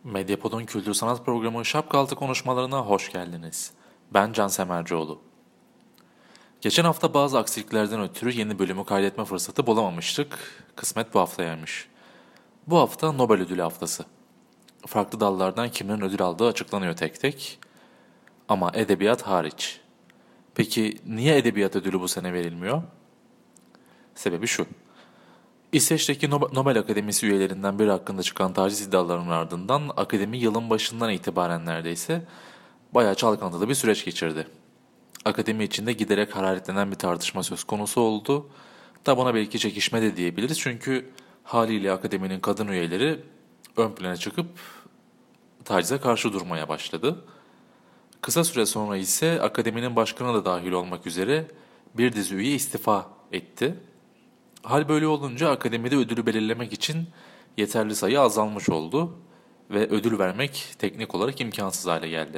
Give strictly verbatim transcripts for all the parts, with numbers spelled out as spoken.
Medyapod'un kültür sanat programı Şapkaltı konuşmalarına hoş geldiniz. Ben Can Semercioğlu. Geçen hafta bazı aksiliklerden ötürü yeni bölümü kaydetme fırsatı bulamamıştık. Kısmet bu haftaymış. Bu hafta Nobel Ödülü haftası. Farklı dallardan kimlerin ödül aldığı açıklanıyor tek tek. Ama edebiyat hariç. Peki niye edebiyat ödülü bu sene verilmiyor? Sebebi şu. İsveç'teki Nobel Akademisi üyelerinden biri hakkında çıkan taciz iddialarının ardından akademi yılın başından itibaren neredeyse bayağı çalkantılı bir süreç geçirdi. Akademi içinde giderek hararetlenen bir tartışma söz konusu oldu. Da buna belki çekişme de diyebiliriz çünkü haliyle akademinin kadın üyeleri ön plana çıkıp tacize karşı durmaya başladı. Kısa süre sonra ise akademinin başkanı da dahil olmak üzere bir dizi üye istifa etti. Hal böyle olunca akademide ödülü belirlemek için yeterli sayı azalmış oldu ve ödül vermek teknik olarak imkansız hale geldi.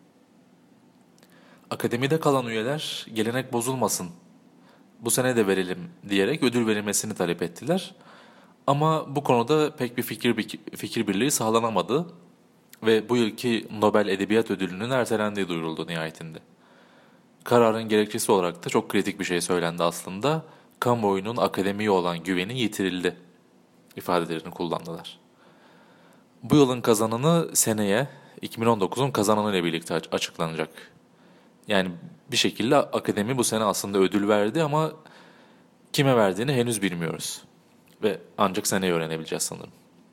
Akademide kalan üyeler gelenek bozulmasın, bu sene de verelim diyerek ödül verilmesini talep ettiler. Ama bu konuda pek bir fikir, fikir birliği sağlanamadı ve bu yılki Nobel Edebiyat Ödülü'nün ertelendiği duyuruldu nihayetinde. Kararın gerekçesi olarak da çok kritik bir şey söylendi aslında. Kamuoyunun akademiye olan güveni yitirildi ifadelerini kullandılar. Bu yılın kazananı seneye iki bin on dokuzun kazananı ile birlikte açıklanacak. Yani bir şekilde akademi bu sene aslında ödül verdi ama kime verdiğini henüz bilmiyoruz. Ve ancak seneye öğrenebileceğiz sanırım.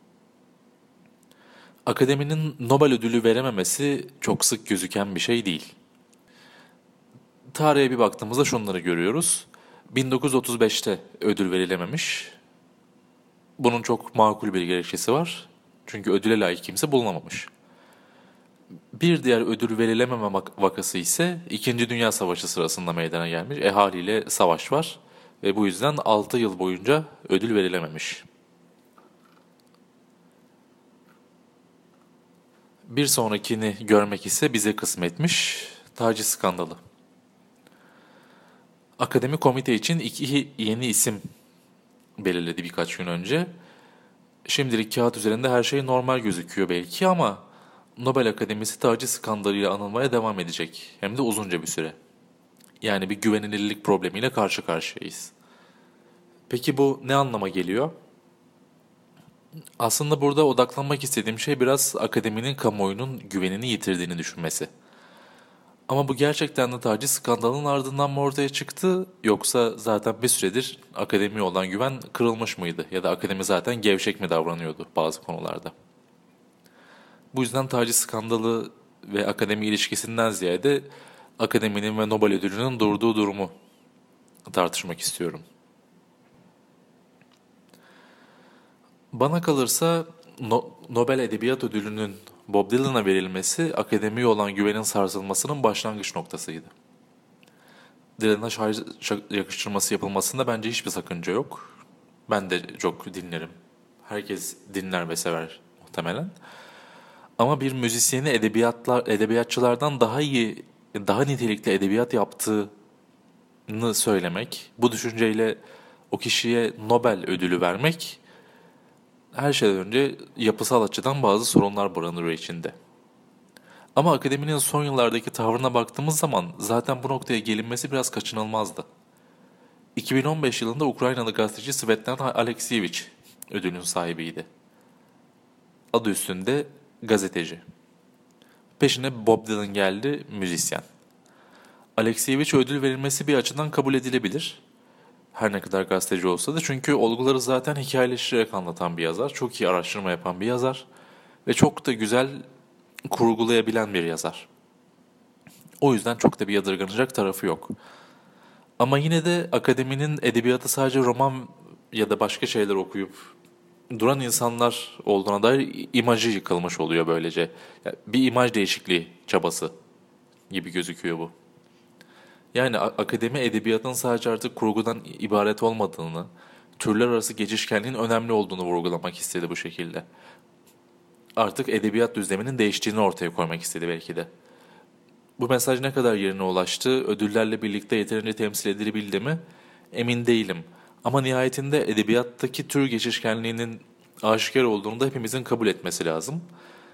Akademinin Nobel ödülü verememesi çok sık gözüken bir şey değil. Tarihe bir baktığımızda şunları görüyoruz. bin dokuz yüz otuz beşte ödül verilememiş. Bunun çok makul bir gerekçesi var. Çünkü ödüle layık kimse bulunamamış. Bir diğer ödül verilememe vakası ise İkinci Dünya Savaşı sırasında meydana gelmiş. E haliyle savaş var ve bu yüzden altı yıl boyunca ödül verilememiş. Bir sonrakini görmek ise bize kısmetmiş taciz skandalı. Akademi komite için iki yeni isim belirledi birkaç gün önce. Şimdilik kağıt üzerinde her şey normal gözüküyor belki ama Nobel Akademisi taciz skandalıyla anılmaya devam edecek. Hem de uzunca bir süre. Yani bir güvenilirlik problemiyle karşı karşıyayız. Peki bu ne anlama geliyor? Aslında burada odaklanmak istediğim şey biraz akademinin kamuoyunun güvenini yitirdiğini düşünmesi. Ama bu gerçekten de taciz skandalının ardından mı ortaya çıktı yoksa zaten bir süredir akademiye olan güven kırılmış mıydı? Ya da akademi zaten gevşek mi davranıyordu bazı konularda? Bu yüzden taciz skandalı ve akademi ilişkisinden ziyade akademinin ve Nobel ödülünün durduğu durumu tartışmak istiyorum. Bana kalırsa no- Nobel Edebiyat Ödülü'nün Bob Dylan'a verilmesi akademiye olan güvenin sarsılmasının başlangıç noktasıydı. Dylan'a şarkı yakıştırması yapılmasında bence hiçbir sakınca yok. Ben de çok dinlerim. Herkes dinler ve sever muhtemelen. Ama bir müzisyeni edebiyatlar, edebiyatçılardan daha iyi, daha nitelikli edebiyat yaptığını söylemek, bu düşünceyle o kişiye Nobel ödülü vermek, her şeyden önce yapısal açıdan bazı sorunlar barındırıyor içinde. Ama akademinin son yıllardaki tavrına baktığımız zaman zaten bu noktaya gelinmesi biraz kaçınılmazdı. iki bin on beş yılında Ukraynalı gazeteci Svetlana Alekseyevich ödülün sahibiydi. Adı üstünde gazeteci. Peşine Bob Dylan geldi, müzisyen. Alekseyevich ödül verilmesi bir açıdan kabul edilebilir. Her ne kadar gazeteci olsa da çünkü olguları zaten hikayeleştirerek anlatan bir yazar. Çok iyi araştırma yapan bir yazar. Ve çok da güzel kurgulayabilen bir yazar. O yüzden çok da bir yadırganacak tarafı yok. Ama yine de akademinin edebiyatı sadece roman ya da başka şeyler okuyup duran insanlar olduğuna dair imajı yıkılmış oluyor böylece. Yani bir imaj değişikliği çabası gibi gözüküyor bu. Yani akademi edebiyatın sadece artık kurgudan ibaret olmadığını, türler arası geçişkenliğin önemli olduğunu vurgulamak istedi bu şekilde. Artık edebiyat düzleminin değiştiğini ortaya koymak istedi belki de. Bu mesaj ne kadar yerine ulaştı, ödüllerle birlikte yeterince temsil edilebildi mi? Emin değilim. Ama nihayetinde edebiyattaki tür geçişkenliğinin aşikar olduğunu da hepimizin kabul etmesi lazım.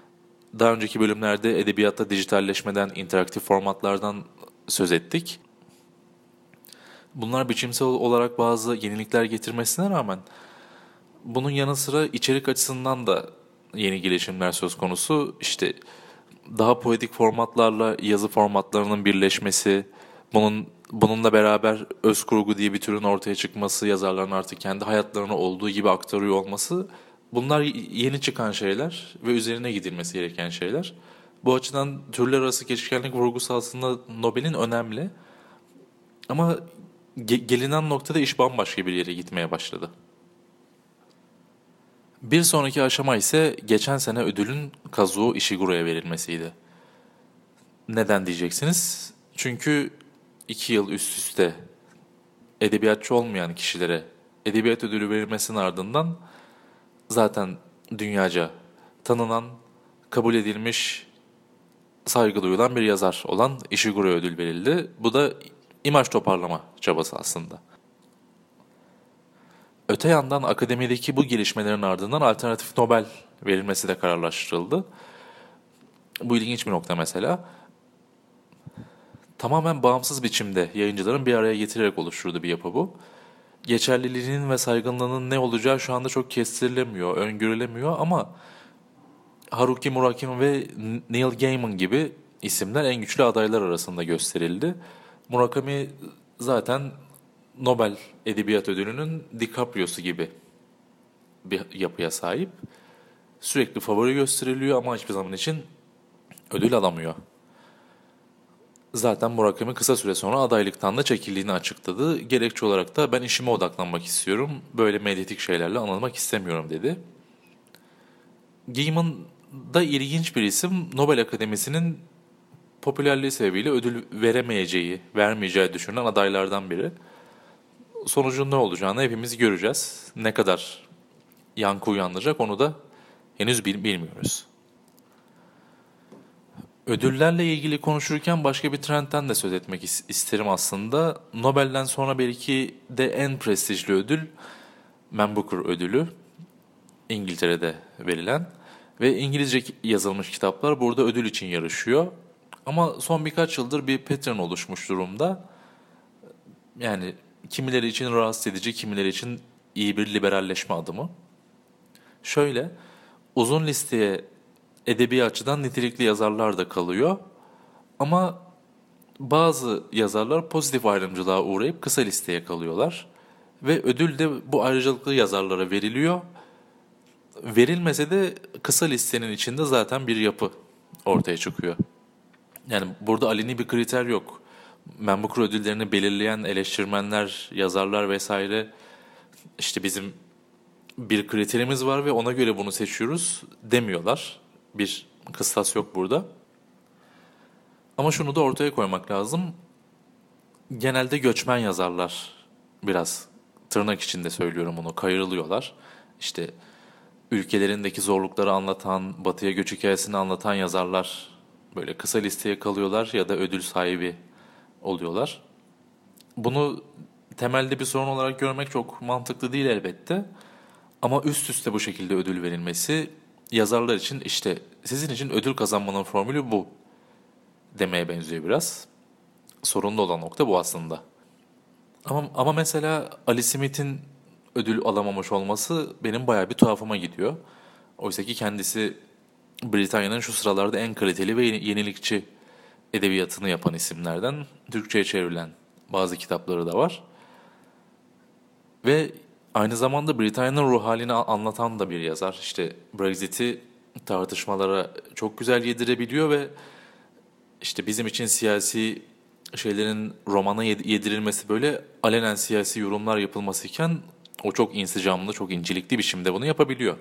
Daha önceki bölümlerde edebiyatta dijitalleşmeden, interaktif formatlardan söz ettik. Bunlar biçimsel olarak bazı yenilikler getirmesine rağmen bunun yanı sıra içerik açısından da yeni gelişimler söz konusu. İşte daha poetik formatlarla yazı formatlarının birleşmesi, bunun bununla beraber öz kurgu diye bir türün ortaya çıkması, yazarların artık kendi hayatlarını olduğu gibi aktarıyor olması, bunlar yeni çıkan şeyler ve üzerine gidilmesi gereken şeyler. Bu açıdan türler arası geçişkenlik vurgusu aslında Nobel'in önemli. Ama ge- gelinen noktada iş bambaşka bir yere gitmeye başladı. Bir sonraki aşama ise geçen sene ödülün Kazuo Ishiguro'ya verilmesiydi. Neden diyeceksiniz? Çünkü iki yıl üst üste edebiyatçı olmayan kişilere edebiyat ödülü verilmesinin ardından zaten dünyaca tanınan, kabul edilmiş, saygı duyulan bir yazar olan Ishiguro'ya ödül verildi. Bu da imaj toparlama çabası aslında. Öte yandan akademideki bu gelişmelerin ardından alternatif Nobel verilmesi de kararlaştırıldı. Bu ilginç bir nokta mesela. Tamamen bağımsız biçimde yayıncıların bir araya getirerek oluşturduğu bir yapı bu. Geçerliliğinin ve saygınlığının ne olacağı şu anda çok kestirilemiyor, öngörülemiyor ama Haruki Murakami ve Neil Gaiman gibi isimler en güçlü adaylar arasında gösterildi. Murakami zaten Nobel Edebiyat Ödülü'nün DiCaprio'su gibi bir yapıya sahip. Sürekli favori gösteriliyor ama hiçbir zaman için ödül alamıyor. Zaten Murakami kısa süre sonra adaylıktan da çekildiğini açıkladı. Gerekçe olarak da ben işime odaklanmak istiyorum, böyle medyatik şeylerle anılmak istemiyorum dedi. Gaiman da ilginç bir isim. Nobel Akademisi'nin popülerliği sebebiyle ödül veremeyeceği, vermeyeceği düşünülen adaylardan biri. Sonucun ne olacağını hepimiz göreceğiz. Ne kadar yankı uyandıracak onu da henüz bil- bilmiyoruz. Ödüllerle ilgili konuşurken başka bir trendten de söz etmek is- isterim aslında. Nobel'den sonra belki de en prestijli ödül Man Booker ödülü. İngiltere'de verilen ve İngilizce yazılmış kitaplar burada ödül için yarışıyor. Ama son birkaç yıldır bir pattern oluşmuş durumda. Yani kimileri için rahatsız edici, kimileri için iyi bir liberalleşme adımı. Şöyle, uzun listeye edebi açıdan nitelikli yazarlar da kalıyor. Ama bazı yazarlar pozitif ayrımcılığa uğrayıp kısa listeye kalıyorlar. Ve ödül de bu ayrıcalıklı yazarlara veriliyor. Verilmese de kısa listenin içinde zaten bir yapı ortaya çıkıyor. Yani burada aleni bir kriter yok. Man Booker ödüllerini belirleyen eleştirmenler, yazarlar vesaire işte bizim bir kriterimiz var ve ona göre bunu seçiyoruz demiyorlar. Bir kıstas yok burada. Ama şunu da ortaya koymak lazım. Genelde göçmen yazarlar biraz tırnak içinde söylüyorum bunu kayırılıyorlar. İşte ülkelerindeki zorlukları anlatan, batıya göç hikayesini anlatan yazarlar böyle kısa listeye kalıyorlar ya da ödül sahibi oluyorlar. Bunu temelde bir sorun olarak görmek çok mantıklı değil elbette. Ama üst üste bu şekilde ödül verilmesi yazarlar için işte sizin için ödül kazanmanın formülü bu demeye benziyor biraz. Sorunlu olan nokta bu aslında. Ama, ama mesela Ali Smith'in ödül alamamış olması benim bayağı bir tuhafıma gidiyor. Oysa ki kendisi Britanya'nın şu sıralarda en kaliteli ve yenilikçi edebiyatını yapan isimlerden. Türkçe'ye çevrilen bazı kitapları da var. Ve aynı zamanda Britanya'nın ruh halini anlatan da bir yazar. İşte Brexit'i tartışmalara çok güzel yedirebiliyor ve işte bizim için siyasi şeylerin romana yedirilmesi böyle alenen siyasi yorumlar yapılmasıyken o çok insicamlı, çok incelikli biçimde bunu yapabiliyor.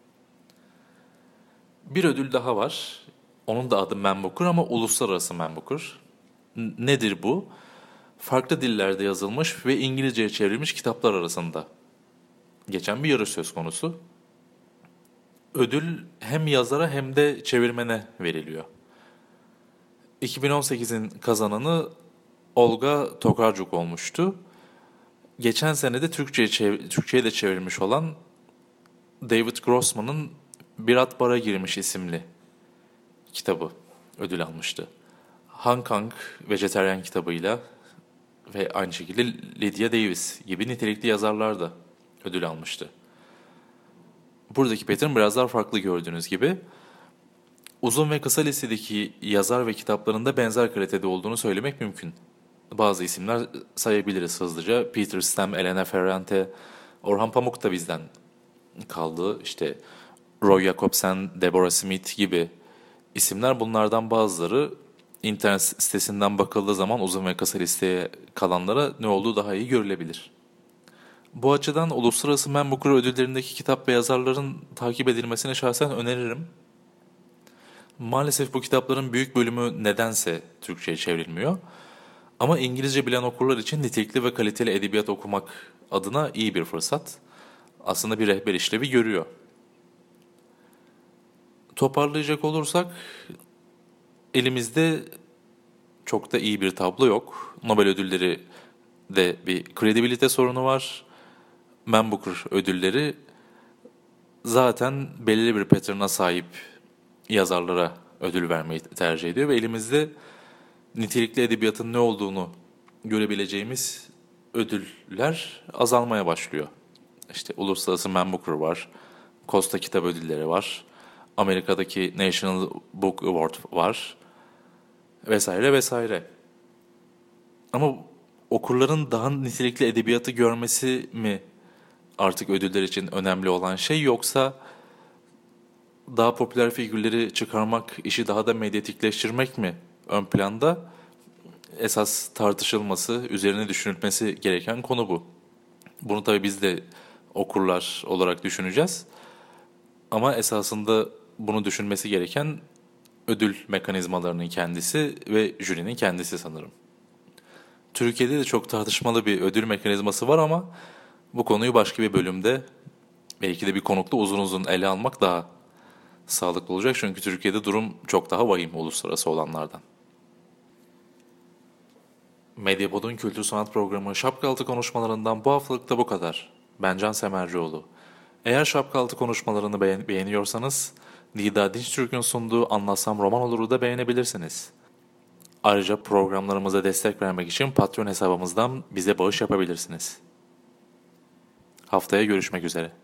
Bir ödül daha var. Onun da adı Man Booker ama uluslararası Man Booker. N- nedir bu? Farklı dillerde yazılmış ve İngilizceye çevrilmiş kitaplar arasında geçen bir yarış söz konusu. Ödül hem yazara hem de çevirmene veriliyor. iki bin on sekizin kazananı Olga Tokarczuk olmuştu. Geçen sene de Türkçe'ye, çev- Türkçe'ye de çevrilmiş olan David Grossman'ın Bir At Bara Girmiş isimli kitabı ödül almıştı. Han Kang Vejetaryen kitabıyla ve aynı şekilde Lydia Davis gibi nitelikli yazarlar da ödül almıştı. Buradaki pattern biraz daha farklı gördüğünüz gibi. Uzun ve kısa listedeki yazar ve kitaplarında benzer kalitede olduğunu söylemek mümkün. Bazı isimler sayabiliriz hızlıca. Peter Stam, Elena Ferrante, Orhan Pamuk da bizden kaldı. İşte Roy Jacobsen, Deborah Smith gibi isimler, bunlardan bazıları. İnternet sitesinden bakıldığı zaman uzun ve kısa listeye kalanlara ne olduğu daha iyi görülebilir. Bu açıdan Uluslararası Man Booker ödüllerindeki kitap ve yazarların takip edilmesini şahsen öneririm. Maalesef bu kitapların büyük bölümü nedense Türkçe'ye çevrilmiyor. Ama İngilizce bilen okurlar için nitelikli ve kaliteli edebiyat okumak adına iyi bir fırsat. Aslında bir rehber işlevi görüyor. Toparlayacak olursak, elimizde çok da iyi bir tablo yok. Nobel ödülleri de bir kredibilite sorunu var. Man Booker ödülleri zaten belirli bir pattern'a sahip yazarlara ödül vermeyi tercih ediyor ve elimizde nitelikli edebiyatın ne olduğunu görebileceğimiz ödüller azalmaya başlıyor. İşte Uluslararası Man Booker var, Costa Kitap Ödülleri var, Amerika'daki National Book Award var vesaire vesaire. Ama okurların daha nitelikli edebiyatı görmesi mi artık ödüller için önemli olan şey, yoksa daha popüler figürleri çıkarmak, işi daha da medyatikleştirmek mi ön planda? Esas tartışılması, üzerine düşünülmesi gereken konu bu. Bunu tabii biz de okurlar olarak düşüneceğiz. Ama esasında bunu düşünmesi gereken ödül mekanizmalarının kendisi ve jürinin kendisi sanırım. Türkiye'de de çok tartışmalı bir ödül mekanizması var ama bu konuyu başka bir bölümde, belki de bir konukla uzun uzun ele almak daha sağlıklı olacak. Çünkü Türkiye'de durum çok daha vahim uluslararası olanlardan. Medyapod'un kültür sanat programı Şapkaaltı Konuşmalarından bu haftalık da bu kadar. Ben Can Semercioğlu. Eğer Şapkaaltı Konuşmalarını beğen- beğeniyorsanız, Nida Dinçtürk'ün sunduğu Anlatsam Roman Olur'u da beğenebilirsiniz. Ayrıca programlarımıza destek vermek için Patreon hesabımızdan bize bağış yapabilirsiniz. Haftaya görüşmek üzere.